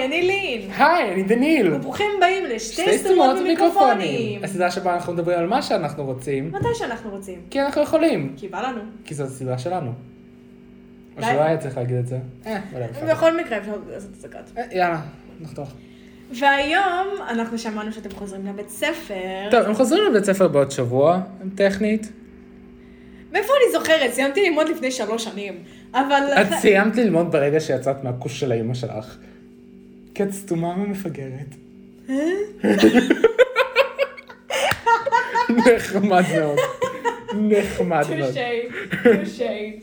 היי, אני לין. היי, אני דניל. וברוכים הבאים לשתי סתומות ומיקרופונים. הסדרה שבה אנחנו מדברים על מה שאנחנו רוצים. מתי שאנחנו רוצים. כי אנחנו יכולים. כי בא לנו. כי זו הסדרה שלנו. או די. שלא היה צריך להגיד את זה. בכל מקרה אפשר לעשות הצגת. יאללה, נחתוך. והיום אנחנו שמענו שאתם חוזרים לבית ספר. טוב, הם חוזרים לבית ספר בעוד שבוע, הם טכנית. מאיפה אני זוכרת? סיימתי ללמוד לפני 3 שנים. אבל... את סיימת ללמוד ברגע שיצאת מהכוש של האמא שלך. כי את סתומה ומפגרת. נחמד מאוד. נחמד מאוד. טושי.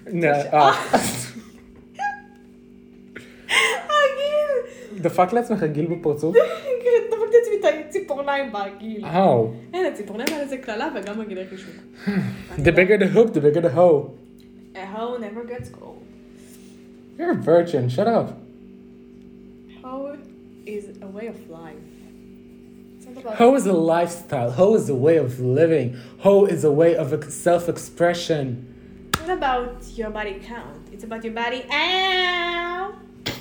הגיל. דפק לעצמך גיל בפרצוף? דפקתי עצמי את הציפורניים בגיל. אין, הציפורניים האלה זה כללה וגם בגיל החישוב. The bigger the hoop, the bigger the hoe. A hoe never gets cold. You're a virgin, shut up. Hoe is a way of life. It's not about... Hoe is a lifestyle. Hoe is a way of living. Hoe is a way of self-expression. It's not about your body count. It's about your body. Ow!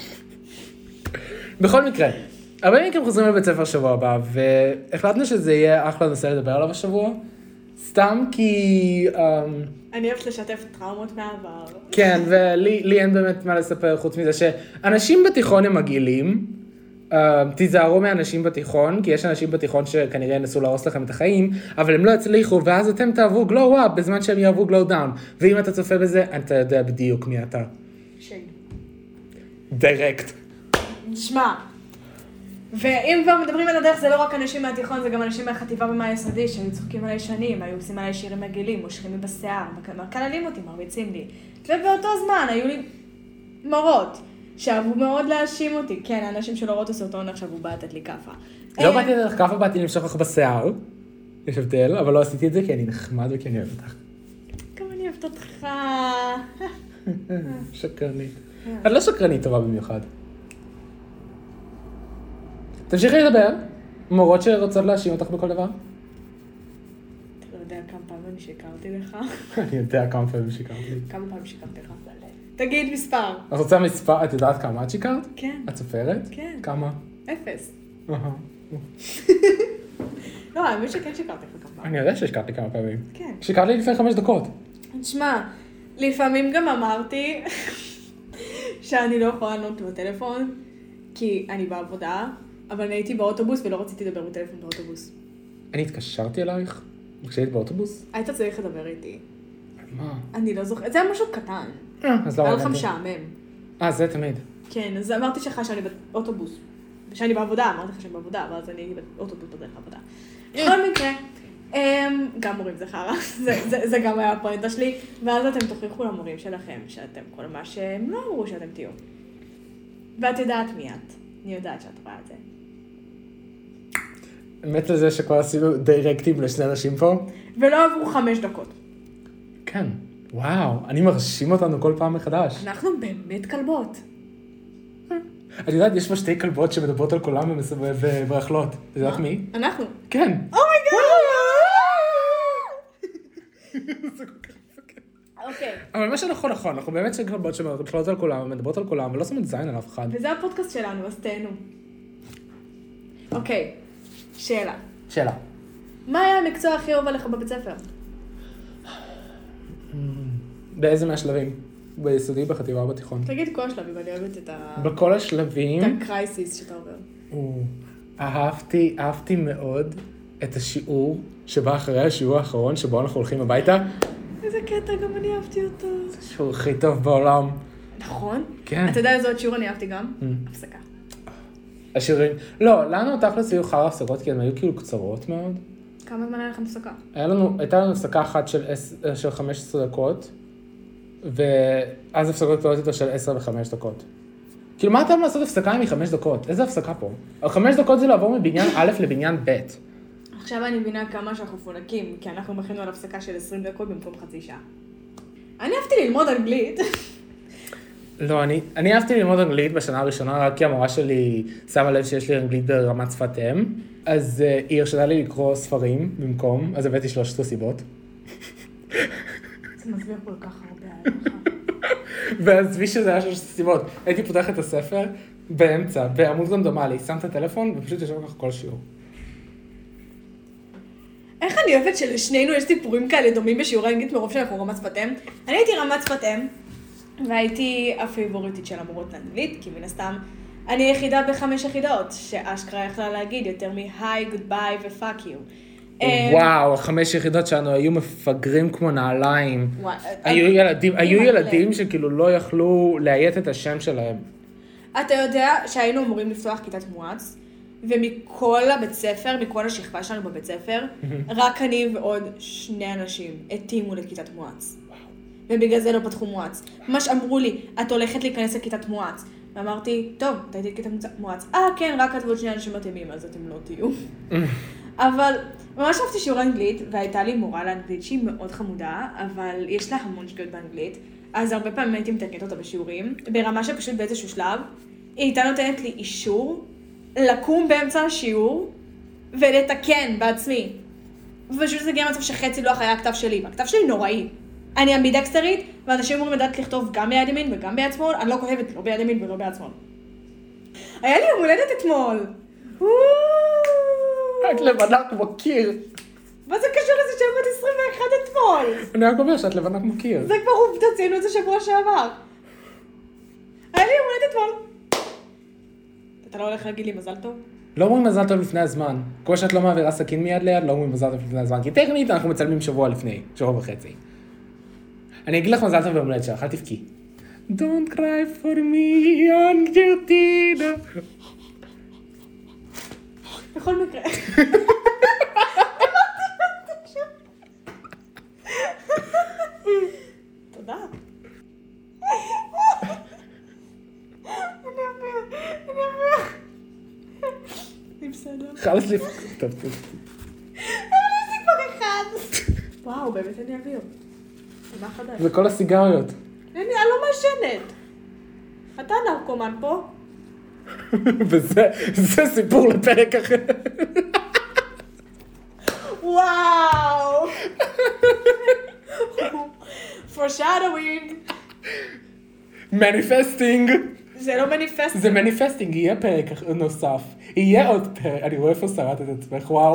בכל מקרה, הרבה מכם חוזרים לבית ספר שבוע הבא, והחלטנו שזה יהיה אחלה נושא לדבר עליו השבוע. סתם כי... אני אוהבת לשתף טראומות מהעבר. כן, ולי אין באמת מה לספר חוץ מזה שאנשים בתיכון הם מגעילים. תיזהרו מאנשים בתיכון, כי יש אנשים בתיכון שכנראה ינסו להרוס לכם את החיים, אבל הם לא יצליחו, ואז אתם תעברו גלו אפ בזמן שהם יעברו גלו דאון. ואם אתה צופה בזה, אתה יודע בדיוק מי אתה. שיין. דירקט. נשמע. ואם כבר מדברים על הדרך, זה לא רק אנשים מהתיכון, זה גם אנשים מהחטיבה ומהיסודי, שהיו צוחקים עליי שנים, היו עושים עליי שירים מגעילים, מושכים לי בשיער, מקללים אותי, מרביצים לי. ובאותו זמן היו לי מורות, שאהבו מאוד להאשים אותי. כן, האנשים שלא רואות הסרטון עכשיו, הוא בא לתת לי כאפה. לא באתי לתת לך כאפה, באתי למשוך לך בשיער. יש הבדל, אבל לא עשיתי את זה כי אני נחמד וכי אני אוהב אותך. גם אני אוהבת אותך. שקרנית. את לא שקרנית טובה במיוחד. תמשיכי לדבר. מורות שרוצות להאשים אותך בכל דבר? אתה לא יודע כמה פעמים שיקרתי לך? אני יודע כמה פעמים שיקרת לי. כמה פעמים שיקרתי לך? תגיד מספר. את רוצה מספר? את יודעת כמה את שיקרת? כן. את סופרת? כן. כמה? 0. לא, האמת שכן שיקרתי לך כמה פעמים. אני יודע שהשקרת לי כמה פעמים. כן. שיקרת לי לפני 5 דקות. תשמע, לפעמים גם אמרתי שאני לא יכולה לענות בטלפון, כי אני בעבודה, אבל אני הייתי באוטובוס ולא רציתי לדבר בטלפון באוטובוס. אני התקשרתי אלייך כשהיית באוטובוס? היית צריך לדבר איתי. מה? אני לא זוכרת, זה היה משהו קטן. אז לא היה ראיתי. לך משעמם. זה תמיד. כן, אז אמרתי לך שאני באוטובוס. ושאני בעבודה, אמרתי לך שאני בעבודה, ואז אני הייתי באוטובוס בדרך לעבודה. בכל מקרה, גם מורים זה חרא, זה גם היה הפואנטה שלי, ואז אתם תוכיחו למורים שלכם שאתם כל מה שהם לא אמרו שאתם תהיו. ואת יודעת מי את. אני יודעת שאת רואה את זה. האמת לזה שכבר עשינו דירקטים לשני אנשים פה? ולא עברו 5 דקות. כן. וואו, אני מרשים אותנו כל פעם מחדש. אנחנו באמת כלבות. את יודעת, יש פה 2 כלבות שמדברות על קולם וברכלות. את יודעת מי? אנחנו. כן. אומייגאד! אוקיי. אבל מה שנכון, אנחנו באמת שתי כלבות שמדברות על קולם ומדברות על קולם ולא שמים זין על אף אחד. וזה הפודקאסט שלנו, אז תהנו. אוקיי, שאלה. מה היה המקצוע הכי אהוב עליך בבית ספר? באיזה מהשלבים? ביסודי, בחטיבה או בתיכון? תגיד כל השלבים, אני אוהבת את בכל השלבים. את הקרייסיס שאתה עובר. אהבתי מאוד את השיעור שבא אחרי השיעור האחרון שבו אנחנו הולכים הביתה. איזה קטע, גם אני אהבתי אותו. זה השיעור הכי טוב בעולם. נכון? כן. אתה יודע איזה עוד שיעור אני אהבתי גם? הפסקה. השיעורים. לא, לנו תכלס היו חרא הפסקות כי הן היו כאילו קצרות מאוד. כמה זמן היה לכם הפסקה? הייתה לנו הפסקה אחת של 15 דקות, ואז הפסקות קטנות יותר של 10 ו5 דקות. כאילו, מה אתה לעשות הפסקה מ5 דקות? איזה הפסקה פה? 5 דקות זה לעבור מבניין א' לבניין ב'. עכשיו אני מבינה כמה שאנחנו פונקים, כי אנחנו מכינו על הפסקה של 20 דקות במקום חצי שעה. אני אהבתי ללמוד אנגלית. לא, אני אהבתי ללמוד אנגלית בשנה הראשונה, רק כי המורה שלי שמה לב שיש לי אנגלית ברמת שפת אם, אז היא הרשתה לי לקרוא ספרים במקום, אז הבאתי 13 סיבות. זה מסביר כל כך הרבה עליך. ועזבי שזה היה 13 סיבות. הייתי פותח את הספר, באמצע, בעמוד רנדומלי, שם את הטלפון ופשוט יושב ככה כל שיעור. איך אני אוהבת שלשנינו יש סיפורים כאלה דומים בשיעורי אנגלית מרוב שאנחנו רמת שפת-אם? אני הייתי רמת שפת-אם, והייתי הפייבוריטית של המורות לאנגלית, כי מן הסתם אני יחידה ב5 יחידות, שאשכרה יכלה להגיד יותר מ-היי, גודביי ופאק יו. וואו, 5 יחידות שלנו היו מפגרים כמו נעליים. היו ילדים שכאילו לא יכלו להיית את השם שלהם. אתה יודע שהיינו אמורים לפתוח כיתת מואץ, ומכל הבית ספר, מכל השכבה שלנו בבית ספר, רק אני ועוד 2 אנשים התאימו לכיתת מואץ. ובגלל זה לא פתחו מואץ. ממש אמרו לי, את הולכת להיכנס לכיתת מואץ. ואמרתי, טוב, אתה הייתי לכיתת מואץ. כן, רק את ועוד 2 אנשים מתאימים, אז אתם לא תהיו. אבל ממש אהבתי שיעור אנגלית, והייתה לי מורה לאנגלית שהיא מאוד חמודה, אבל יש לה המון שגיאות באנגלית, אז הרבה פעמים הייתי מתקנת אותה בשיעורים, ברמה שפשוט באיזשהו שלב, היא הייתה נותנת לי אישור לקום באמצע השיעור ולתקן בעצמי. ופשוט זה הגיע מצב שחצי לוח היה הכתב שלי, והכתב שלי נוראי. אני אמבידקסטרית, ואנשים אמורים לדעת לכתוב גם ביד ימין וגם ביד שמאל, אני לא כותבת לא ביד ימין ולא ביד שמאל. היה לי יום הולדת אתמול. את לבנה כמו קיר. מה זה קשור לזה שבת 21 אתמול? אני רק אומר שאת לבנה כמו קיר. זה כבר עובדה, ציינו את זה שבוע שעבר. היה לי יום הולדת אתמול. אתה לא הולך להגיד לי מזל טוב? לא אומרים מזל טוב לפני הזמן. כמו שאת לא מעבירה סכין מיד ליד, לא אומרים מזל טוב לפני הזמן. כי טכנית אנחנו מצלמים שבוע לפני, שבוע וחצי. אני אגיד לך מזל טוב ביום הולדת שלך, אל תבכי. Don't cry for me on Gertina. בכל מקרה. תודה. אני בסדר. חלס לי. טוב. אבל יש לי כבר אחד. וואו, באמת אני אוויר. מה חדש? וכל הסיגריות. אני לא מעשנת. אתה נרקומן פה? וזה סיפור לפרק אחר. וואו! foreshadowing. מניפסטינג. זה לא מניפסטינג. זה מניפסטינג, יהיה פרק נוסף. יהיה עוד פרק. אני רואה איפה שרת את עצמך, וואו.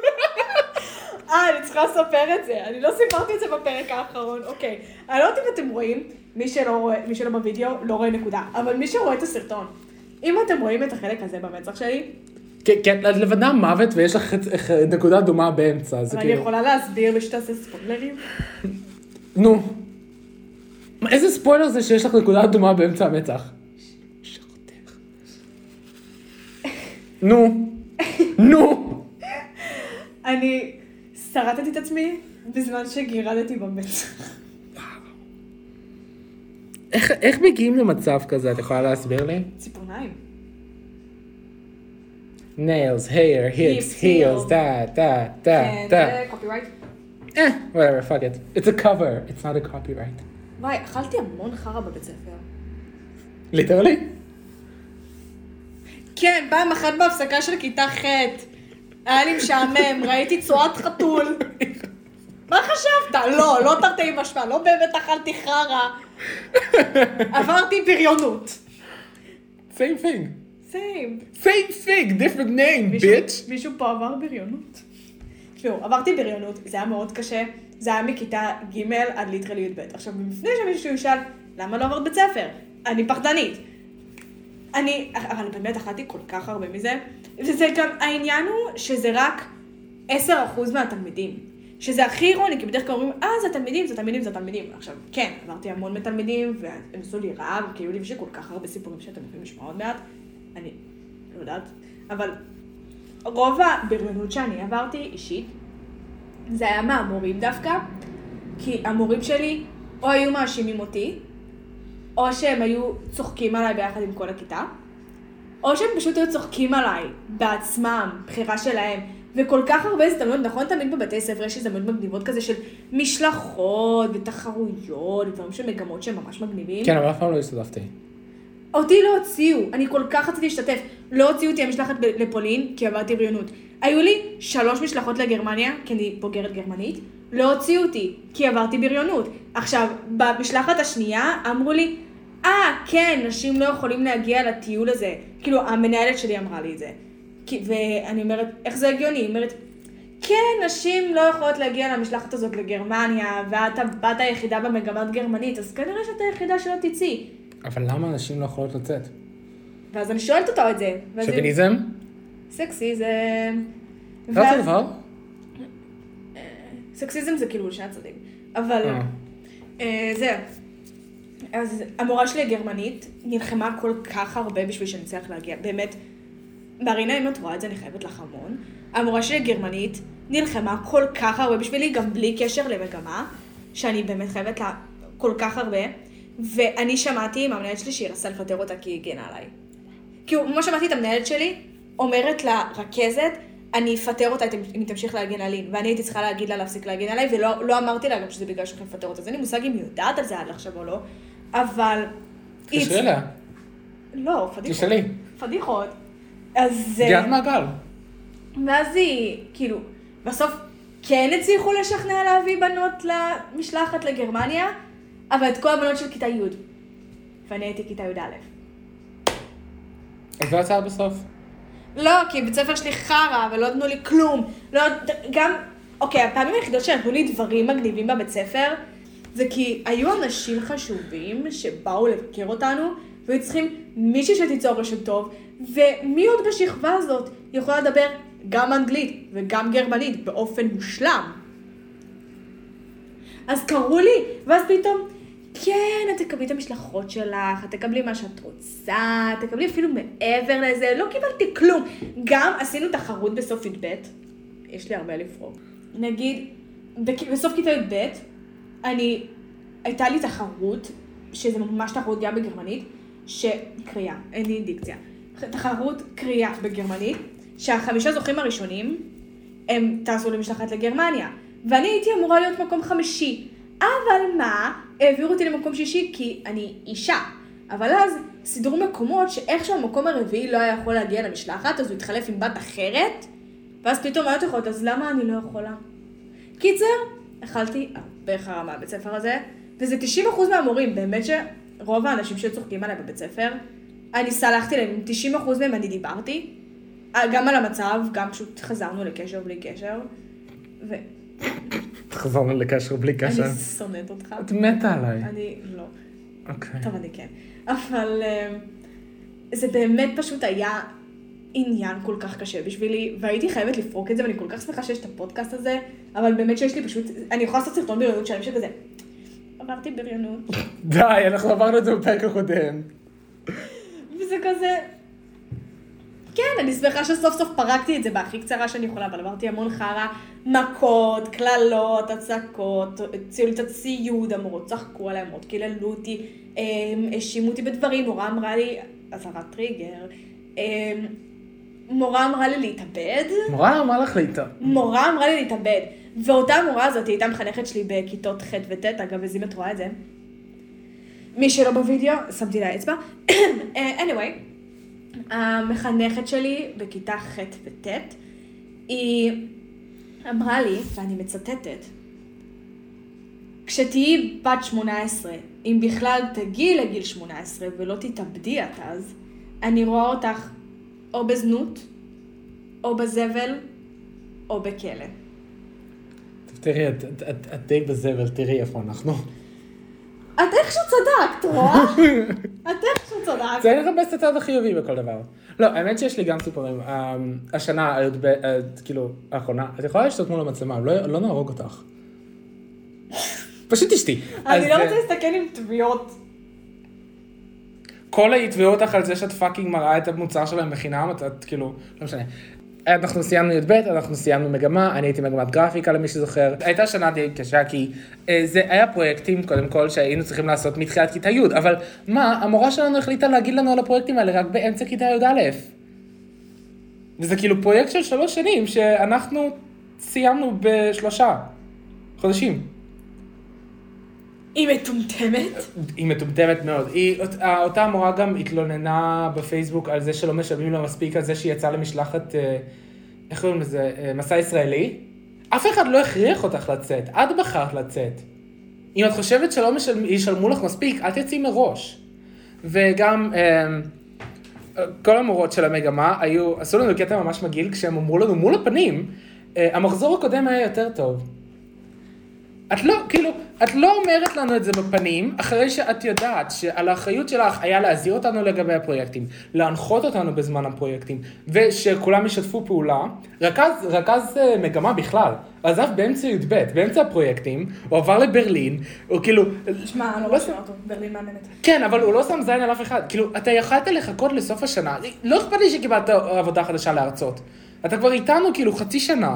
אני צריכה לספר את זה. אני לא סיפרתי את זה בפרק האחרון. אוקיי. אני לא יודעת אם אתם רואים, מי שלא בווידאו לא רואה נקודה. אבל מי שרואה את הסרטון, אם אתם רואים את החלק הזה במצח שלי, כן, את לבנה מוות ויש לך נקודה דומה באמצע. אני יכולה להסביר ושתעשה ספוילרים? נו. איזה ספוילר זה שיש לך נקודה דומה באמצע המצח? שחותך. נו. אני שרטתי את עצמי בזמן שגירדתי במצח. איך מגיעים למצב כזה? את יכולה להסביר לי? ציפורניים. nails, hair, hips, heels, da. כן, זה קופירייט. Whatever, fuck it. It's a cover, it's not a copyright. וואי, אכלתי המון חרא בבית ספר. ליטרלי? כן, פעם אחת בהפסקה של כיתה ח' היה לי משעמם, ראיתי צורת חתול. מה חשבת? לא תרתי משמע, לא באמת אכלתי חרא. עברתי בריונות. Same thing. Same thing, different name, bitch. מישהו פה עבר בריונות? תשמעו, עברתי בריונות, זה היה מאוד קשה. זה היה מכיתה ג' עד ליטרלי י"ב. עכשיו, לפני שמישהו ישאל, למה לא עברת בית ספר? אני פחדנית. אבל באמת אכלתי כל כך הרבה מזה. וזה גם, העניין הוא שזה רק 10% מהתלמידים. שזה הכי אירוני, כי בדרך כלל אומרים, זה תלמידים. עכשיו, כן, עברתי המון מתלמידים, והם עשו לי רעב, כי היו לי כל כך הרבה סיפורים שאתם יכולים לשמוע עוד מעט. אני לא יודעת. אבל רוב הבריונות שאני עברתי אישית, זה היה מהמורים דווקא, כי המורים שלי או היו מאשימים אותי, או שהם היו צוחקים עליי ביחד עם כל הכיתה, או שהם פשוט היו צוחקים עליי בעצמם, בחירה שלהם, וכל כך הרבה הזדמנות, נכון תמיד בבתי ספר יש הזדמנות מגניבות כזה של משלחות ותחרויות, ודברים של מגמות שהם ממש מגניבים. כן, אבל אף פעם לא הסתדפתי. אותי לא הוציאו, אני כל כך רציתי להשתתף, לא הוציאו אותי המשלחת לפולין, כי עברתי בריונות. היו לי 3 משלחות לגרמניה, כי אני בוגרת גרמנית, לא הוציאו אותי, כי עברתי בריונות. עכשיו, במשלחת השנייה אמרו לי, כן, נשים לא יכולים להגיע לטיול הזה. כאילו, המנהלת שלי אמרה לי את זה. ואני אומרת, איך זה הגיוני? היא אומרת, כן, נשים לא יכולות להגיע למשלחת הזאת לגרמניה, ואת הבת היחידה במגמת גרמנית, אז כנראה שאת היחידה שלא תצאי. אבל למה נשים לא יכולות לצאת? ואז אני שואלת אותו את זה. שוביניזם? סקסיזם. זה אותו דבר? סקסיזם זה כאילו לשני הצדדים. אבל זהו. אז המורה שלי הגרמנית נלחמה כל כך הרבה בשביל שנצליח להגיע. באמת, מרינה, אם את רואה את זה, אני חייבת לך המון. המורה שלי הגרמנית נלחמה כל כך הרבה בשבילי, גם בלי קשר למגמה, שאני באמת חייבת לה כל כך הרבה. ואני שמעתי עם המנהלת שלי שהיא רצה לפטר אותה כי היא הגנה עליי. כאילו, ממש שמעתי את המנהלת שלי אומרת לרכזת, אני אפטר אותה אם היא תמשיך להגן עלי, ואני הייתי צריכה להגיד לה להפסיק להגן עליי, ולא אמרתי לה גם שזה בגלל שהולכים לפטר אותה. אז אין לי מושג אם היא יודעת על זה עד עכשיו או לא, אבל... תשאלי אליה. לא, פדיחות. תשאלי. פדיחות. אז... סגירת מעגל. ואז היא, כאילו, בסוף כן הצליחו לשכנע להביא בנות למשלחת לגרמניה, אבל את כל הבנות של כיתה י'. ואני הייתי כיתה י' א'. אז לא יצא בסוף. לא, כי בית ספר שלי חרה, ולא נתנו לי כלום. לא, גם, אוקיי, הפעמים היחידות שנתנו לי דברים מגניבים בבית ספר, זה כי היו אנשים חשובים שבאו לבקר אותנו, והיו צריכים מישהי שתיצור רשת טוב, ומי עוד בשכבה הזאת יכולה לדבר גם אנגלית וגם גרמנית באופן מושלם. אז קראו לי, ואז פתאום, כן, את תקבלי את המשלחות שלך, את תקבלי מה שאת רוצה, את תקבלי אפילו מעבר לזה, לא קיבלתי כלום. גם עשינו תחרות בסוף י"ב, יש לי הרבה לפרוק. נגיד, בסוף כיתה י"ב, הייתה לי תחרות, שזה ממש תחרות גם בגרמנית, שקריאה, אין לי דיקציה. תחרות קריאה בגרמנית, שה5 זוכים הראשונים, הם טסו למשלחת לגרמניה, ואני הייתי אמורה להיות מקום 5, אבל מה? העבירו אותי למקום 6 כי אני אישה. אבל אז סידרו מקומות שאיכשהו המקום הרביעי לא היה יכול להגיע למשלחת, אז הוא התחלף עם בת אחרת, ואז פתאום היו יכולות, אז למה אני לא יכולה? קיצר, אכלתי הרבה חרא מהבית ספר הזה, וזה 90% מהמורים, באמת שרוב האנשים שצוחקים עליי בבית ספר, אני סלחתי להם, 90% מהם אני דיברתי, גם על המצב, גם פשוט חזרנו לקשר בלי קשר, חזרנו לקשר בלי קשר. אני שונאת אותך. את מתה עליי. אני לא. אוקיי. טוב, אני כן. אבל זה באמת פשוט היה עניין כל כך קשה בשבילי, והייתי חייבת לפרוק את זה, ואני כל כך שמחה שיש את הפודקאסט הזה, אבל באמת שיש לי פשוט, אני יכולה לעשות סרטון בריונות שלהם שכזה, עברתי בריונות. די, אנחנו עברנו את זה בפרק הקודם. וזה כזה... כן, אני שמחה שסוף סוף פרקתי את זה בהכי קצרה שאני יכולה, אבל עברתי המון חרה, מכות, קללות, הצקות, הציעו לי את הציוד, המורות צחקו עליי, המורות קיללו אותי, האשימו אותי בדברים, מורה אמרה לי, אזהרת טריגר, מורה אמרה לי להתאבד. מורה אמרה לך להתאבד. מורה אמרה לי להתאבד, ואותה מורה הזאת הייתה מחנכת שלי בכיתות ח' וט', אגב, אז אם את רואה את זה, מי שלא בווידאו, שמתי לה אצבע. anyway, המחנכת שלי בכיתה ח' וט', היא אמרה לי, ואני מצטטת, כשתהיי בת 18, אם בכלל תגיעי לגיל 18 ולא תתאבדי את אז, אני רואה אותך או בזנות, או בזבל, או בכלא. תראי, את די בזבל, תראי איפה אנחנו. את איכשהו צדקת, רואה? את איכשהו צדקת. צריך לחפש את הצד החיובי בכל דבר. לא, האמת שיש לי גם סיפורים. השנה, כאילו, האחרונה, את יכולה לשתות מול המצלמה, לא נהרוג אותך. פשוט תשתי. אני לא רוצה להסתכל עם תביעות. כל יתבעו אותך על זה שאת פאקינג מראה את המוצר שלהם בחינם, את כאילו, לא משנה. אנחנו סיימנו י"ב, אנחנו סיימנו מגמה, אני הייתי מגמת גרפיקה למי שזוכר. הייתה שנה די קשה כי זה היה פרויקטים קודם כל שהיינו צריכים לעשות מתחילת כיתה י', אבל מה, המורה שלנו החליטה להגיד לנו על הפרויקטים האלה רק באמצע כיתה י"א. וזה כאילו פרויקט של 3 שנים שאנחנו סיימנו ב3 חודשים. היא מטומטמת? היא מטומטמת מאוד. אותה המורה גם התלוננה בפייסבוק על זה שלא משלמים לה מספיק, על זה שהיא יצאה למשלחת, איך קוראים לזה, מסע ישראלי. אף אחד לא הכריח אותך לצאת, את בחרת לצאת. אם את חושבת שלא ישלמו לך מספיק, אל תצאי מראש. וגם כל המורות של המגמה עשו לנו קטע ממש מגעיל, כשהם אמרו לנו מול הפנים, המחזור הקודם היה יותר טוב. את לא אומרת לנו את זה בפנים, אחרי שאת יודעת שעל האחריות שלך היה להזהיר אותנו לגבי הפרויקטים, להנחות אותנו בזמן הפרויקטים, ושכולם ישתפו פעולה. רכז מגמה בכלל, עזב באמצע י"ב, באמצע הפרויקטים, הוא עבר לברלין, הוא כאילו... שמע, אני לא רשמה אותו, ברלין מאמנת. כן, אבל הוא לא שם זין על אף אחד. כאילו, אתה יכלת לחכות לסוף השנה, לא אכפת לי שקיבלת עבודה חדשה לארצות. אתה כבר איתנו כאילו חצי שנה,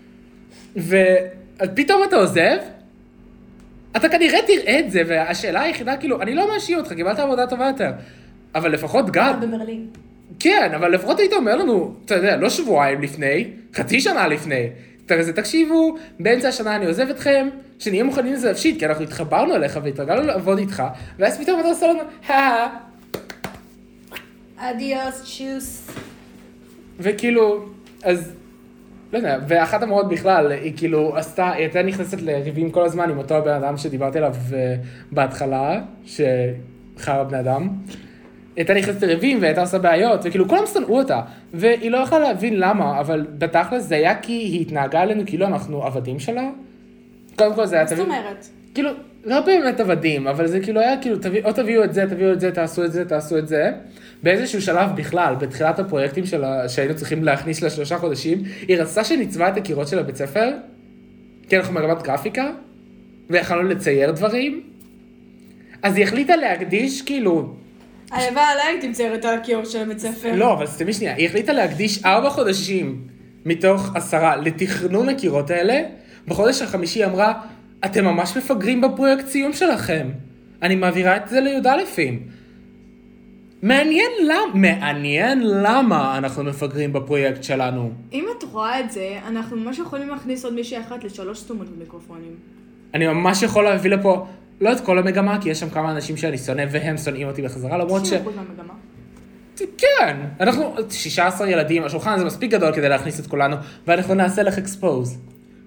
ופתאום אתה עוזב, אתה כנראה תראה את זה, והשאלה היחידה, כאילו, אני לא מאשים אותך, קיבלת עבודה טובה יותר. אבל לפחות גד... בברלין. כן, אבל לפחות היית אומר לנו, אתה יודע, לא שבועיים לפני, חצי שנה לפני. תקשיבו, באמצע השנה אני עוזב אתכם, שנהיה מוכנים לזה נפשית, כי אנחנו התחברנו אליך והתרגלנו לעבוד איתך, ואז פתאום אתה עושה לנו, אדיוס, צ'וס. וכאילו, אז... לא יודע, ואחת המורות בכלל, היא כאילו היא הייתה נכנסת לריבים כל הזמן עם אותו הבן אדם שדיברתי עליו בהתחלה, שחר הבן אדם. היא הייתה נכנסת לריבים והייתה עושה בעיות, וכאילו כולם שנאו אותה, והיא לא יכולה להבין למה, אבל בתכלס זה היה כי היא התנהגה עלינו כאילו אנחנו עבדים שלה. קודם כל זה היה... זאת אומרת? כאילו, לא באמת עבדים, אבל זה כאילו היה כאילו, או תביאו את זה, תעשו את זה. באיזשהו שלב בכלל, בתחילת הפרויקטים שהיינו צריכים להכניס ל3 חודשים, היא רצתה שנצבע את הקירות של הבית ספר, כי אנחנו מגמת גרפיקה, ויכולנו לצייר דברים, אז היא החליטה להקדיש כאילו... אבל עליי תמצייר את הקירות של הבית ספר. לא, אבל סתמי שנייה, היא החליטה להקדיש 4 חודשים מתוך 10 לתכנון הקירות האלה, בחודש החמישי אמרה, אתם ממש מפגרים בפרויקט סיום שלכם, אני מעבירה את זה לי"א. מעניין למה אנחנו מפגרים בפרויקט שלנו. אם את רואה את זה, אנחנו ממש יכולים להכניס עוד מישהי אחת ל3 סתומות במיקרופונים. אני ממש יכול להביא לפה, לא את כל המגמה, כי יש שם כמה אנשים שאני שונא והם שונאים אותי בחזרה, למרות 90% מהמגמה. כן, אנחנו 16 ילדים, השולחן הזה מספיק גדול כדי להכניס את כולנו, ואנחנו נעשה לך expose.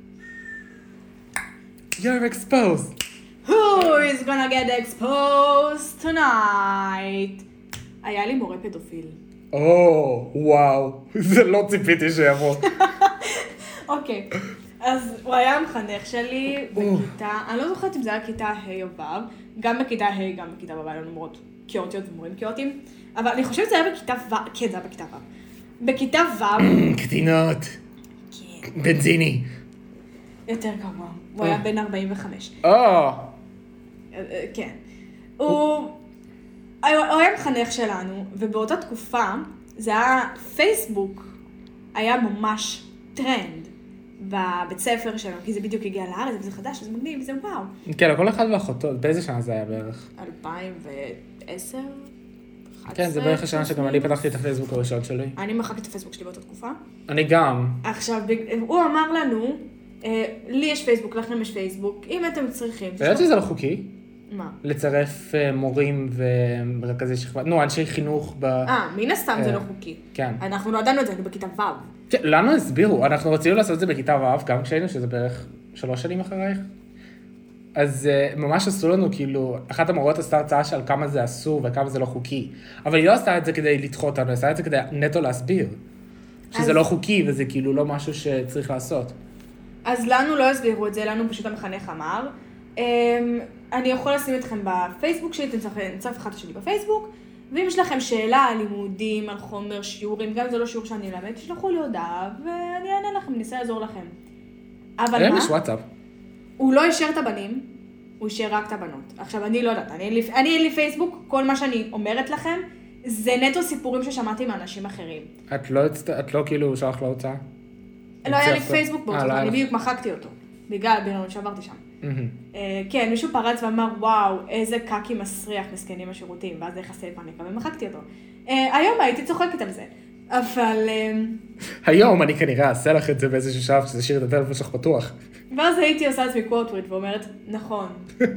You're exposed. Who is gonna get exposed tonight? היה לי מורה פדופיל. וואו, זה לא ציפיתי שיבוא. אוקיי, אז הוא היה המחנך שלי בכיתה, אני לא זוכרת אם זה היה כיתה ה' או ו', גם בכיתה ה', גם בכיתה ו', היה לנו מורות קיאוטיות ומורים קיאוטיים, אבל אני חושבת שזה היה בכיתה ו', כן, זה היה בכיתה ו'. בכיתה ו'... קטינות. כן. בנזיני. יותר גרוע, הוא היה בן 45. כן. הוא היה מחנך שלנו, ובאותה תקופה, זה היה פייסבוק, היה ממש טרנד בבית ספר שלנו, כי זה בדיוק הגיע לארץ, וזה חדש, וזה מגניב, וזה וואו. כן, כל אחד ואחותו, באיזה שנה זה היה בערך? 2010? כן, זה בערך השנה שגם אני פתחתי את הפייסבוק הראשון שלי. אני מחקתי את הפייסבוק שלי באותה תקופה. אני גם. עכשיו, הוא אמר לנו, לי יש פייסבוק, לכם יש פייסבוק, אם אתם צריכים... ויודעת שזה לא חוקי? מה? לצרף מורים ורכזי שכבה, אנשי חינוך מן הסתם זה לא חוקי. כן. אנחנו לא ידענו את זה, היינו בכיתה ו'. כן, לנו הסבירו, אנחנו רצינו לעשות את זה בכיתה ו', גם כשהיינו, שזה בערך 3 שנים אחרייך. אז ממש עשו לנו, כאילו, אחת המורות עשתה הרצאה של כמה זה אסור וכמה זה לא חוקי. אבל היא לא עשתה את זה כדי לדחות אותנו, היא עשתה את זה כדי נטו להסביר. שזה לא חוקי וזה כאילו לא משהו שצריך לעשות. אז לנו לא הסבירו את זה, לנו פשוט המחנך אמר. אני יכול לשים אתכם בפייסבוק שלי, נצרף אחד שלי בפייסבוק, ואם יש לכם שאלה על לימודים, על חומר, שיעורים, גם אם זה לא שיעור שאני אלמד, תשלחו לי הודעה, ואני אענה לכם, ניסה לעזור לכם. אבל מה? יש וואטסאפ. הוא לא אישר את הבנים, הוא אישר רק את הבנות. עכשיו, אני לא יודעת, אני אין לי פייסבוק, כל מה שאני אומרת לכם, זה נטו סיפורים ששמעתי מאנשים אחרים. את לא כאילו שלח להוצאה? לא היה לי פייסבוק באותו, אני בדיוק מחקתי אותו, בגלל בינונות שעברתי שם. כן, מישהו פרץ ואמר, וואו, איזה קקי מסריח מסכנים השירותים, ואז זה יחסי פאניקה, ומחקתי אותו. היום הייתי צוחקת על זה, אבל... היום אני כנראה אעשה לך את זה באיזשהו שלב, שזה שיר את הטלפון שלך פתוח. ואז הייתי עושה עצמי קוטוויט ואומרת, נכון.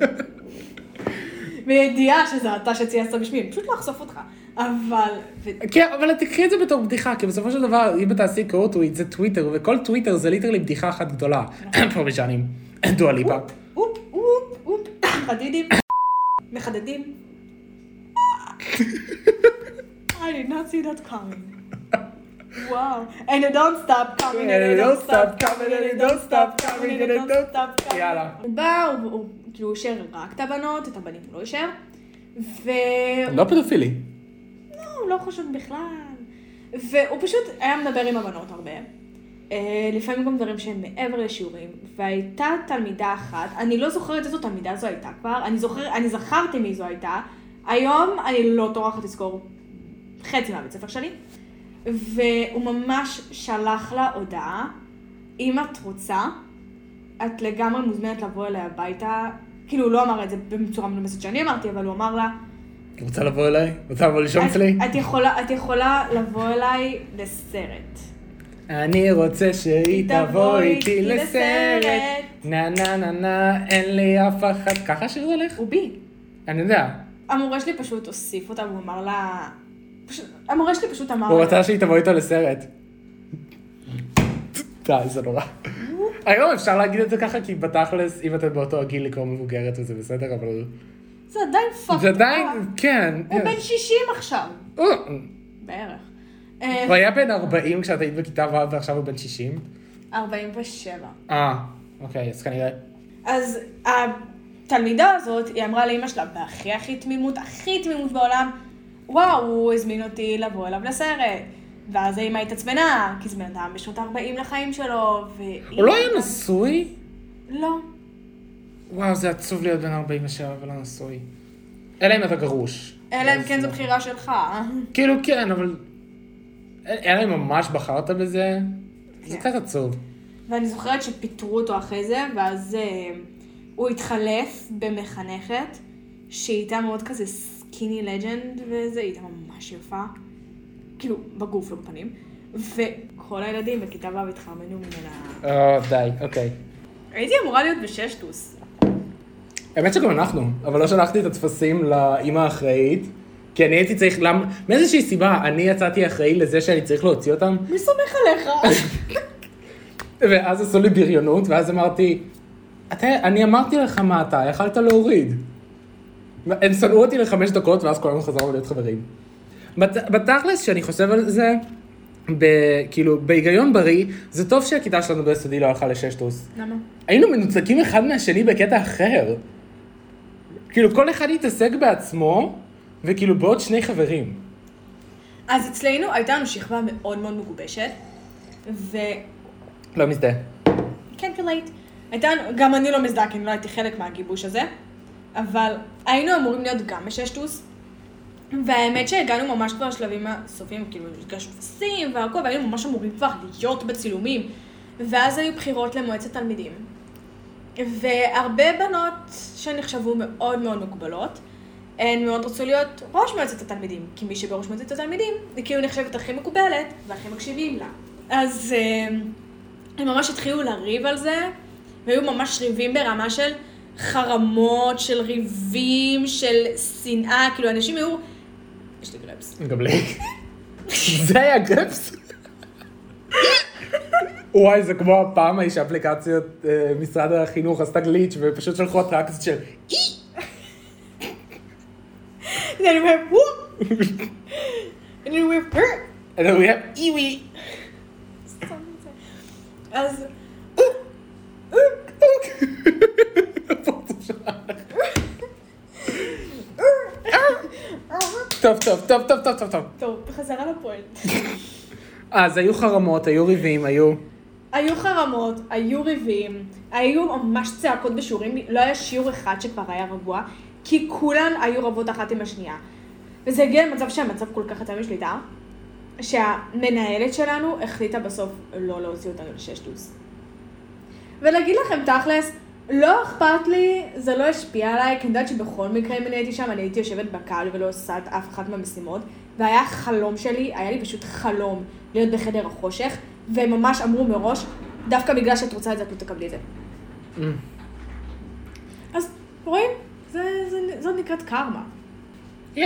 בידיעה שזה אתה שצייסת בשמי, פשוט לא אחשוף אותך. אבל... כן, אבל תקחי את זה בתור בדיחה, כי בסופו של דבר, אם תעשי קוטוויט, זה טוויטר, וכל טוויטר זה ליטרלי בדיחה אחת גדולה. פרמיז'נים, דואה ליפה. אופ, חדידים, מחדדים. I did not see that coming. וואו. And it don't stop coming, and it don't stop coming, and it don't stop coming, and it don't stop coming. יאללה. הוא בא, הוא כאילו אישר רק את הבנות, את הבנים הוא לא אישר. לא פדופילי. לא, הוא לא חושב בכלל. והוא פשוט היה מדבר עם הבנות הרבה. לפעמים גם דברים שהם מעבר לשיעורים. והייתה תלמידה אחת, אני לא זוכרת איזו תלמידה זו הייתה כבר, אני זכרתי מי זו הייתה. היום אני לא טורחת לזכור חצי מהבית ספר שלי. והוא ממש שלח לה הודעה, אם את רוצה, את לגמרי מוזמנת לבוא אליה הביתה. כאילו הוא לא אמר את זה בצורה מנומסת שאני אמרתי, אבל הוא אמר לה, את רוצה לבוא אליי? רוצה לבוא לישון אצלי? את יכולה לבוא אליי לסרט. אני רוצה שהיא תבוא איתי לסרט. נה נה נה נה, אין לי אף אחד. ככה השיר זה הולך? הוא בי. אני יודע. המורה שלי פשוט הוסיף אותה, והוא אמר לה... המורה שלי פשוט אמר לה... הוא רצה שהיא תבוא איתו לסרט. די, זה נורא. היום אפשר להגיד את זה ככה, כי בתכלס, אם אתם באותו הגיל לקרוא מבוגרת וזה בסדר, אבל... זה עדיין פאקט. זה עדיין, כן. הוא בן 60 עכשיו. בערך. הוא היה בן 40 כשאת היית בכיתה ו' ועכשיו הוא בן 60? 47. אוקיי, אז כנראה... אז התלמידה הזאת, היא אמרה לאמא שלה, הכי תמימות בעולם, וואו, הוא הזמין אותי לבוא אליו לסרט. ואז האמא התעצבנה, כי זה בן אדם בשנות 40 לחיים שלו, הוא לא היה נשוי? לא. וואו, זה עצוב להיות בן 47 ולא נשוי. אלא אם אתה גרוש. אלא אם כן זו בחירה שלך. כאילו כן, אבל... אלא אם ממש בחרת בזה, זה קצת עצוב. ואני זוכרת שפיטרו אותו אחרי זה, ואז הוא התחלף במחנכת, שהיא הייתה מאוד כזה סקיני לג'נד וזה, היא הייתה ממש יפה. כאילו, בגוף, לא בפנים. וכל הילדים בכיתה ו' התחרמנו ממנה. די, אוקיי. הייתי אמורה להיות בששטוס. האמת שגם אנחנו, אבל לא שלחתי את התפסים לאמא האחראית, כי אני הייתי צריך, מאיזושהי סיבה, אני יצאתי אחראי לזה שאני צריך להוציא אותם. מי סומך עליך? ואז עשו לי בריונות, ואז אמרתי, אני אמרתי לך מה אתה, יכלת להוריד. הם שנאו אותי ל5 דקות, ואז כולנו חזרנו להיות חברים. בתכלס, שאני חושב על זה, כאילו, בהיגיון בריא, זה טוב שהכיתה שלנו ביסודי לא הלכה לששטוס. למה? היינו מנוצקים אחד מהשני בקטע אחר. כאילו, כל אחד התעסק בעצמו, וכאילו בעוד 2 חברים. אז אצלנו הייתה לנו שכבה מאוד מאוד מגובשת, לא מזדהה. can't relate. גם אני לא מזדהה, כי אני לא הייתי חלק מהגיבוש הזה, אבל היינו אמורים להיות גם בששטוס, והאמת שהגענו ממש כבר לשלבים הסופיים, כאילו הגשנו טפסים והכל, והיינו ממש אמורים כבר להיות בצילומים, ואז היו בחירות למועצת תלמידים. והרבה בנות שנחשבו מאוד מאוד מקובלות, הן מאוד רצו להיות ראש מועצת התלמידים, כי מי שבראש מועצת התלמידים, היא כאילו נחשבת הכי מקובלת והכי מקשיבים לה. אז הם ממש התחילו לריב על זה, והיו ממש ריבים ברמה של חרמות, של ריבים, של שנאה, כאילו אנשים היו... יש לי גרפס. גם לי. זה היה גרפס? וואי, זה כמו הפעם האיש אפליקציות משרד החינוך עשתה גליץ' ופשוט שלחו הטרקס של אי! And then we have whoop! And then we have her! And then we have איווי! אז... טוב, בחזרה לפואנט. אז היו חרמות, היו ריבים, היו חרמות, היו ריבים, היו ממש צעקות בשיעורים, לא היה שיעור אחד שכבר היה רגוע, כי כולן היו רבות אחת עם השנייה. וזה הגיע למצב שהמצב כל כך יצא משליטה, שהמנהלת שלנו החליטה בסוף לא להוציא אותנו לששטוס. ולהגיד לכם תכלס, לא אכפת לי, זה לא השפיע עליי, כי אני יודעת שבכל מקרה אם אני הייתי שם, אני הייתי יושבת בקהל ולא עושה את אף אחת מהמשימות, והיה חלום שלי, היה לי פשוט חלום להיות בחדר החושך, והם ממש אמרו מראש, דווקא בגלל שאת רוצה את זה, את לא תקבלי את זה. אז רואים? זאת נקראת קרמה. Yeah.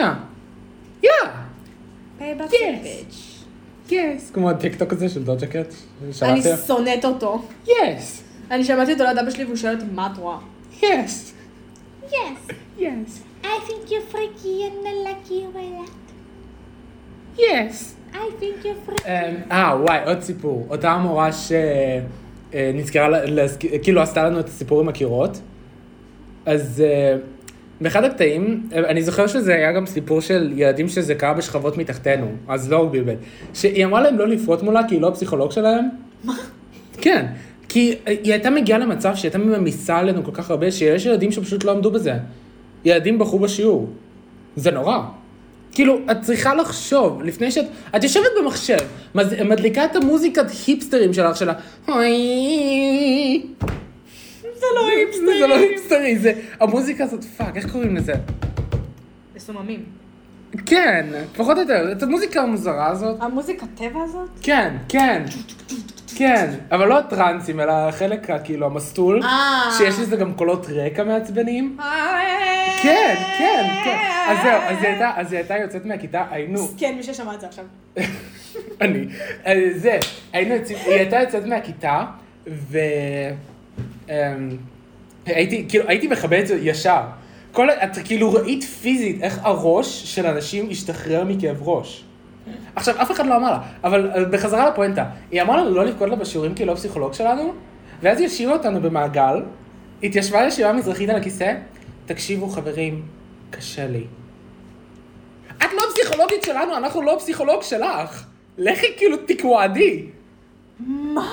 Payback bitch. Yes. כמו הטיקטוק הזה של דוג'ה קאט. אני שונאת אותו. Yes. אני שמעתי אותו ליד אבא שלי והוא שואל אותי, מה את רואה? Yes. Yes. Yes. I think you're freaky and I like you a lot. Yes. I think you're freaky. וואי, עוד סיפור. אותה המורה שנזכרה, כאילו עשתה לנו את הסיפור עם הקירות. אז באחד הקטעים, אני זוכר שזה היה גם סיפור של ילדים שזה קרה בשכבות מתחתנו, אז לא בלבד. שהיא אמרה להם לא לפרוט מולה כי היא לא הפסיכולוג שלהם. מה? כן, כי היא הייתה מגיעה למצב שהיא הייתה ממיסה עלינו כל כך הרבה, שיש ילדים שפשוט לא עמדו בזה. ילדים בחרו בשיעור. זה נורא. כאילו, את צריכה לחשוב, לפני שאת... את יושבת במחשב, מדליקה את המוזיקת היפסטרים שלך, שלה... זה לא היפסטרי. זה לא היפסטרי, זה... המוזיקה הזאת, פאק, איך קוראים לזה? מסוממים. כן, פחות או יותר, את המוזיקה המוזרה הזאת. המוזיקה טבע הזאת? כן, כן. כן, אבל לא הטרנסים, אלא החלק, כאילו, המסטול, שיש לזה גם קולות רקע מעצבנים. כן, כן, כן. אז זהו, אז היא הייתה יוצאת מהכיתה, היינו... כן, מי ששמע את זה עכשיו. אני. זה, היא הייתה יוצאת מהכיתה, הייתי מכבה את זה ישר. את כאילו ראית פיזית איך הראש של אנשים השתחרר מכאב ראש. עכשיו, אף אחד לא אמר לה, אבל בחזרה לפואנטה, היא אמרה לנו לא לבכות לה בשיעורים כי לא פסיכולוג שלנו, ואז היא השאירה אותנו במעגל, התיישבה ישיבה מזרחית על הכיסא, תקשיבו חברים, קשה לי. את לא פסיכולוגית שלנו, אנחנו לא פסיכולוג שלך. לכי כאילו תקועדי. מה?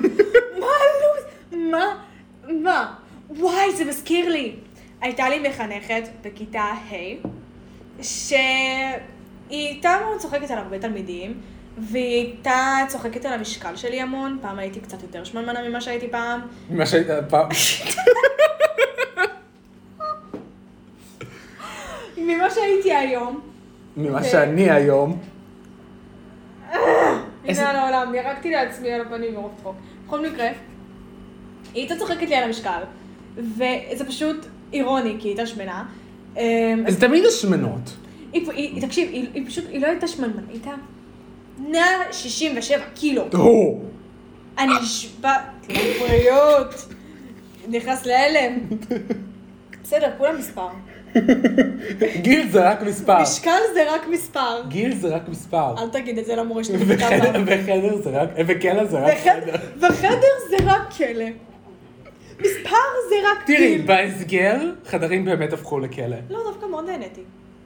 מה? וואי, זה מזכיר לי. הייתה לי מחנכת בכיתה ה' שהיא הייתה מאוד צוחקת על הרבה תלמידים, והיא הייתה צוחקת על המשקל שלי המון. פעם הייתי קצת יותר שמנמנה ממה שהייתי פעם. ממה שהייתי פעם? ממה שהייתי היום. ממה שאני היום. הנה על העולם, ירקתי לעצמי על הפנים מרוב צחוק. בכל מקרה, היא הייתה צוחקת לי על המשקל, וזה פשוט אירוני, כי היא הייתה שמנה. אז תמיד השמנות. תקשיב, היא לא הייתה שמנה, היא הייתה 167 קילו. אני נשבע, לבריאות, נכנס להלם. בסדר, כולם מספר. גיל זה רק מספר. משקל זה רק מספר. גיל זה רק מספר. אל תגיד את זה למורה שלי. וחדר זה רק, וכלא זה רק חדר. וחדר זה רק כלא. מספר זה רק גיל. תראי, בהסגר, חדרים באמת הפכו לכלא. לא, דווקא מאוד נהניתי.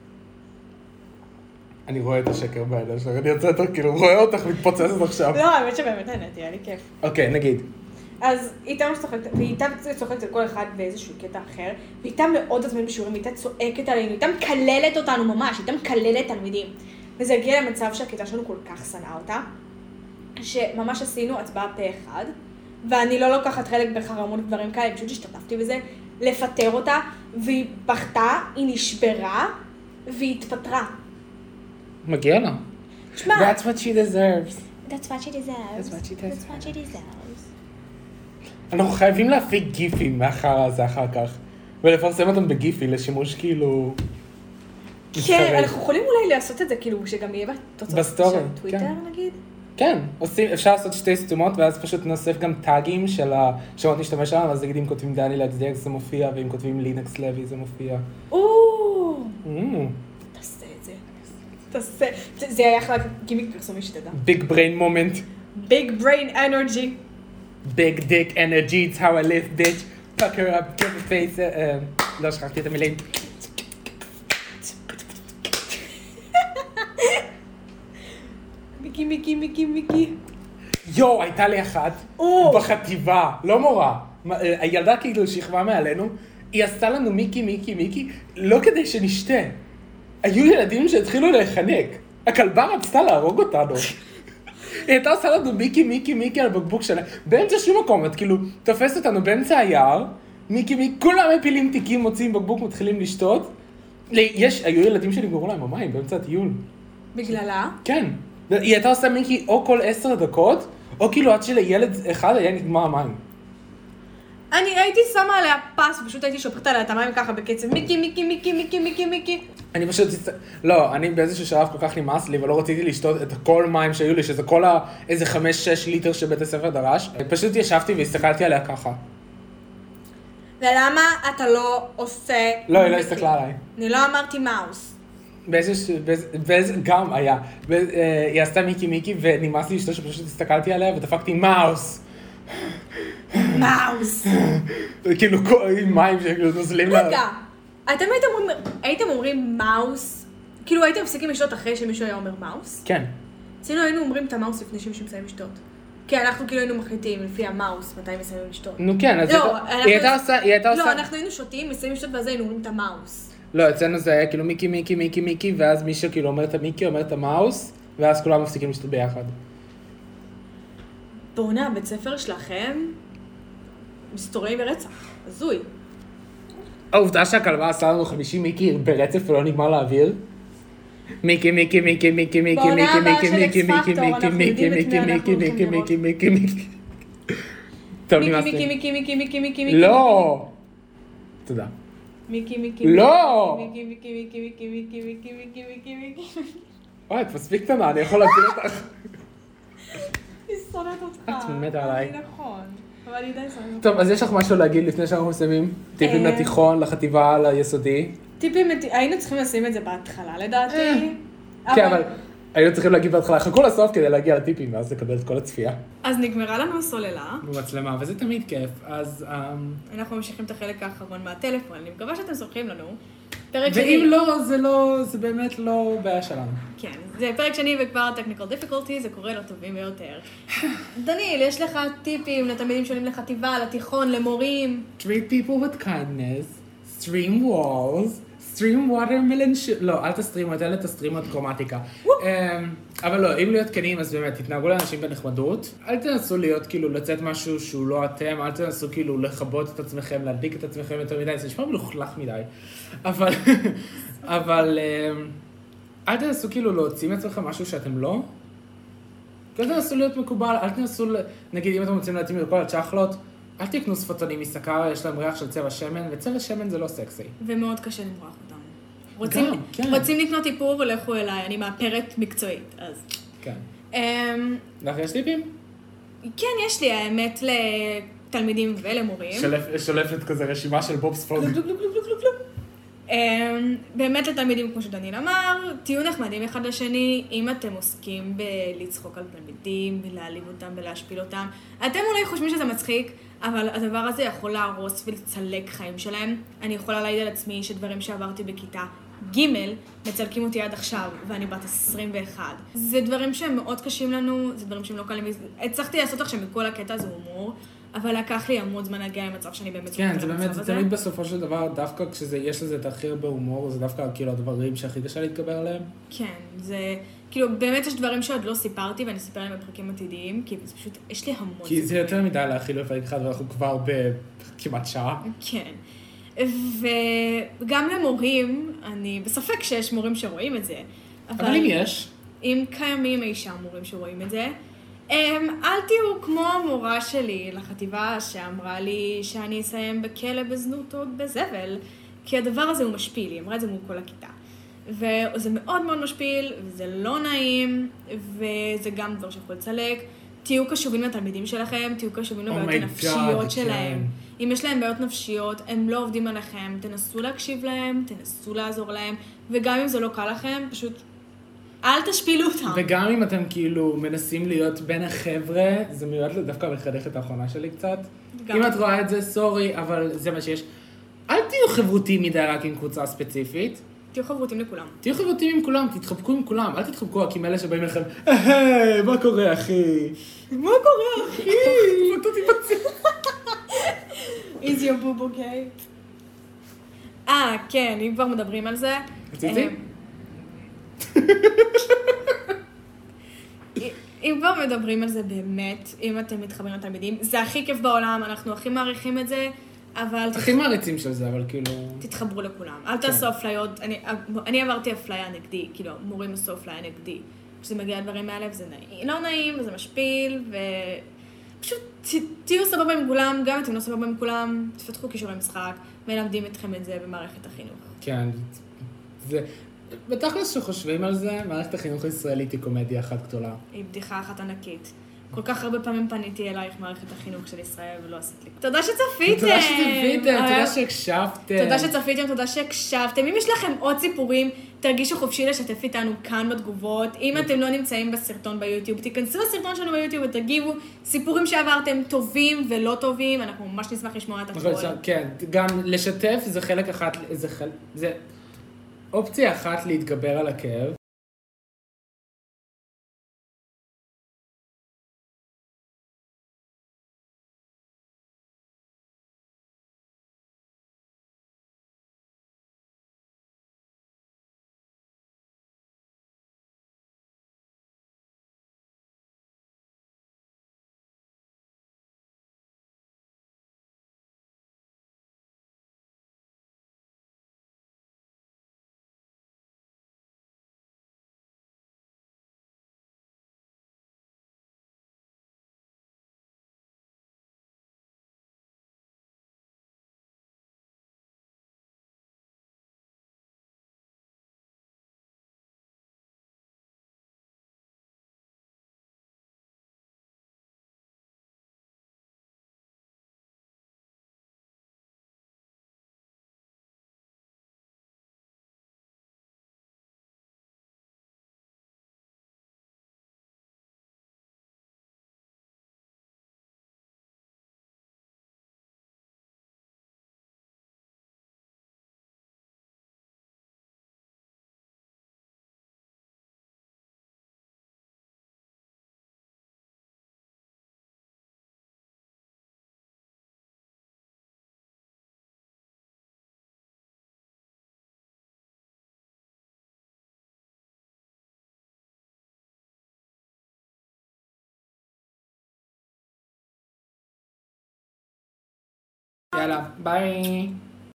אני רואה את השקר בעיניים שלך, אני יוצא יותר, כאילו, רואה אותך מתפוצצת עכשיו. לא, האמת שבאמת נהניתי, היה לי כיף. אוקיי, נגיד. אז היא הייתה צוחקת, והיא הייתה צוחקת על כל אחד באיזשהו קטע אחר, והיא הייתה מאוד עצמאית בשיעורים, היא הייתה צועקת עלינו, היא הייתה מקללת אותנו ממש, היא הייתה מקללת תלמידים. וזה הגיע למצב שהכיתה שלנו כל כך שנאה אותה, שממש עשינו הצבעה פה אחד, ואני לא לוקחת חלק בחרמות דברים כאלה, פשוט השתתפתי בזה, לפטר אותה, והיא בכתה, היא נשברה, והיא התפטרה. מגיע לה. תשמע. That's what she deserves. That's what she deserves. That's what she deserves. That's what she deserves. אנחנו חייבים להפיק גיפים מהחרא הזה אחר כך, ולפרסם אותם בגיפי לשימוש כאילו... כן, אנחנו יכולים אולי לעשות את זה, כאילו, שגם יהיה בתוצאות בסטורי, של טוויטר, נגיד? כן, אפשר לעשות שתי סתומות, ואז פשוט נוסף גם טאגים של השמות נשתמש שלנו, אז נגיד אם כותבים דני להצדיק זה מופיע, ואם כותבים לינקס לוי זה מופיע. תעשה את זה. תעשה. זה היה אחלה גימיק פרסומי שתדע. ביג בריין מומנט. ביג בריין אנרגי. Big dick energy, it's how I live, bitch. Fuck her up, give her face. לא שכחתי את המילים. מיקי. יו, הייתה לי אחת בחטיבה, לא מורה. הילדה כאילו שכבה מעלינו, היא עשתה לנו מיקי, לא כדי שנשתה. היו ילדים שהתחילו להיחנק. הכלבה רצתה להרוג אותנו. היא הייתה עושה לנו מיקי על הבקבוק שלה, באמצע שום מקום, את כאילו תופסת אותנו באמצע היער, מיקי, כולם מפילים תיקים, מוצאים בקבוק, מתחילים לשתות. היו ילדים שנגמרו להם המים באמצע הטיול. בגללה? כן. היא הייתה עושה מיקי או כל 10 דקות, או כאילו עד שלילד אחד היה נגמר המים. אני הייתי שמה עליה פס, פשוט הייתי שופכת עליה את המים ככה בקצב, מיקי. אני פשוט, לא, אני באיזשהו שלב כל כך נמאס לי, ולא רציתי לשתות את כל מים שהיו לי, שזה כל איזה 5-6 ליטר שבית הספר דרש. פשוט ישבתי והסתכלתי עליה ככה. ולמה אתה לא עושה... לא, היא לא הסתכלה עליי. אני לא אמרתי מאוס. גם היה. היא עשתה מיקי ונמאס לי שפשוט הסתכלתי עליה ודפקתי מאוס. מאוס. כאילו מים שנוזלים לה. רגע, אתם הייתם אומרים מאוס? כאילו הייתם מפסיקים לשתות אחרי שמישהו היה אומר מאוס? כן. אצלנו היינו אומרים את המאוס לפני שמישהו מסיים לשתות. כי אנחנו כאילו היינו מחליטים לפי המאוס מתי מסיימים לשתות. נו כן, אז היא הייתה עושה... לא, אנחנו היינו שותים, מסיימים לשתות ואז היינו אומרים את המאוס. לא, אצלנו זה היה כאילו מיקי, ואז מישהו כאילו אומר את המיקי, אומר את המאוס, ואז כולם מפסיקים לשתות ביחד. בואנה, הבית ספר שלכם מסתורי ברצח, הזוי. העובדה שהכלבה עשה לנו 50 מיקי ברצף ולא נגמר לאוויר. מיקי. בעונה הבאה של אקס פקטור, אנחנו יודעים את מי אנחנו הולכים לראות. טוב, נמאס לי. מיקי. לא! תודה. מיקי. לא! מיקי. אוי, את מספיק קטנה, אני יכול להפיל אותך. היא שונאת אותך. את מתה עליי. נכון, אבל היא די שונאת אותך. טוב, אז יש לך משהו להגיד לפני שאנחנו מסיימים? טיפים לתיכון, לחטיבה, ליסודי? טיפים, היינו צריכים לשים את זה בהתחלה לדעתי. כן, אבל היינו צריכים להגיד בהתחלה, חכו לסוף כדי להגיע לטיפים, ואז לקבל את כל הצפייה. אז נגמרה לנו הסוללה. במצלמה, וזה תמיד כיף, אז... אנחנו ממשיכים את החלק האחרון מהטלפון, אני מקווה שאתם סולחים לנו. פרק שני. ואם לא, זה באמת לא בעיה שלנו. כן, זה פרק שני וכבר technical difficulty, זה קורה לטובים ביותר. דניאל, יש לך טיפים לתלמידים שונים לחטיבה, לתיכון, למורים? Treat people with kindness, stream walls, stream watermelon לא, אל תסטרימו את אלה, תסטרימו את קרומטיקה. אבל לא, אם להיות כנים, אז באמת, תתנהגו לאנשים בנחמדות. אל תנסו להיות, כאילו, לצאת משהו שהוא לא אתם, אל תנסו, כאילו, לכבות את עצמכם, להדליק את עצמכם יותר מדי, זה נשמע מלוכלך מדי. אבל, אל תנסו, כאילו, להוציא מעצמכם משהו שאתם לא. אל תנסו להיות מקובל, אל תנסו, נגיד, אם אתם רוצים להתאים לכל הצ'חלות, אל תקנו ספטונים מסקר, יש להם ריח של צבע שמן, וצבע שמן זה לא סקסי. ומאוד קשה למרוח אותם. רוצים לקנות איפור, לכו אליי, אני מאפרת מקצועית, אז... כן. לך יש טיפים? כן, יש לי, האמת, לתלמידים ולמורים. שולפת כזה רשימה של בובספוג. באמת לתלמידים, כמו שדניאל אמר, תהיו נחמדים אחד לשני, אם אתם עוסקים בלצחוק על תלמידים, להעליב אותם ולהשפיל אותם. אתם אולי חושבים שזה מצחיק, אבל הדבר הזה יכול להרוס ולצלק חיים שלהם. אני יכולה להעיד על עצמי שדברים שעברתי בכיתה ג' מצלקים אותי עד עכשיו, ואני בת 21. זה דברים שהם מאוד קשים לנו, זה דברים שהם לא קלים. הצלחתי לעשות עכשיו מכל הקטע הזה הומור, אבל לקח לי המון זמן להגיע למצב שאני באמת... כן, זה באמת, זה תמיד בסופו של דבר, דווקא כשיש לזה את הכי הרבה הומור, זה דווקא כאילו הדברים שהכי קשה להתגבר עליהם. כן, זה... כאילו, באמת יש דברים שעוד לא סיפרתי, ואני אספר להם בפרקים עתידיים, כי זה פשוט, יש לי המון... כי זה יותר מדי להכיל בפרק אחד, ואנחנו כבר בכמעט שעה. כן. וגם למורים, אני בספק שיש מורים שרואים את זה. אבל אם יש... אם קיימים אי שם מורים שרואים את זה, אל תהיו כמו המורה שלי לחטיבה שאמרה לי שאני אסיים בכלא בזנות או בזבל, כי הדבר הזה הוא משפיל, היא אמרה את זה מול כל הכיתה. וזה מאוד מאוד משפיל, וזה לא נעים, וזה גם דבר שיכול לצלק. תהיו קשובים לתלמידים שלכם, תהיו קשובים לבעיות הנפשיות שלהם. אם יש להם בעיות נפשיות, הם לא עובדים עליכם, תנסו להקשיב להם, תנסו לעזור להם, וגם אם זה לא קל לכם, פשוט אל תשפילו אותם. וגם אם אתם כאילו מנסים להיות בין החבר'ה, זה מיועד דווקא לחנכת האחרונה שלי קצת. אם את רואה את זה, סורי, אבל זה מה שיש. אל תהיו חברותיים מדי רק עם קבוצה ספציפית. תהיו חברותיים לכולם. תהיו חברותיים עם כולם, תתחבקו עם כולם, אל תתחבקו רק עם אלה שבאים לכם, היי, מה קורה אחי? מה קורה אחי? אתה תיבצע. Is your boob okay? כן, אם כבר מדברים על זה. רציתי? אם כבר מדברים על זה באמת, אם אתם מתחברים לתלמידים, זה הכי כיף בעולם, אנחנו הכי מעריכים את זה, אבל... הכי מעריצים של זה, אבל כאילו... תתחברו לכולם. אל תעשו אפליות. אני עברתי אפליה נגדי, כאילו, מורים עשו אפליה נגדי. כשזה מגיע לדברים האלה, וזה לא נעים, וזה משפיל, ופשוט תהיו סבבה עם כולם, גם אם אתם לא סבבה עם כולם, תפתחו קישורי משחק, מלמדים אתכם את זה במערכת החינוך. כן, זה... בתכלס שחושבים על זה, מערכת החינוך הישראלית היא קומדיה אחת גדולה. היא בדיחה אחת ענקית. כל כך הרבה פעמים פניתי אלייך מערכת החינוך של ישראל ולא עשית לי. תודה שצפיתם. תודה שצפיתם, תודה שהקשבתם. תודה שצפיתם, תודה שהקשבתם. אם יש לכם עוד סיפורים, תרגישו חופשי לשתף איתנו כאן בתגובות. אם אתם לא נמצאים בסרטון ביוטיוב, תיכנסו לסרטון שלנו ביוטיוב ותגיבו סיפורים שעברתם טובים ולא טובים. אנחנו ממש נשמח לשמוע את התגובות. כן, גם לשתף זה חלק אחת, זה אופציה אחת להתגבר על הכאב. יאללה, ביי.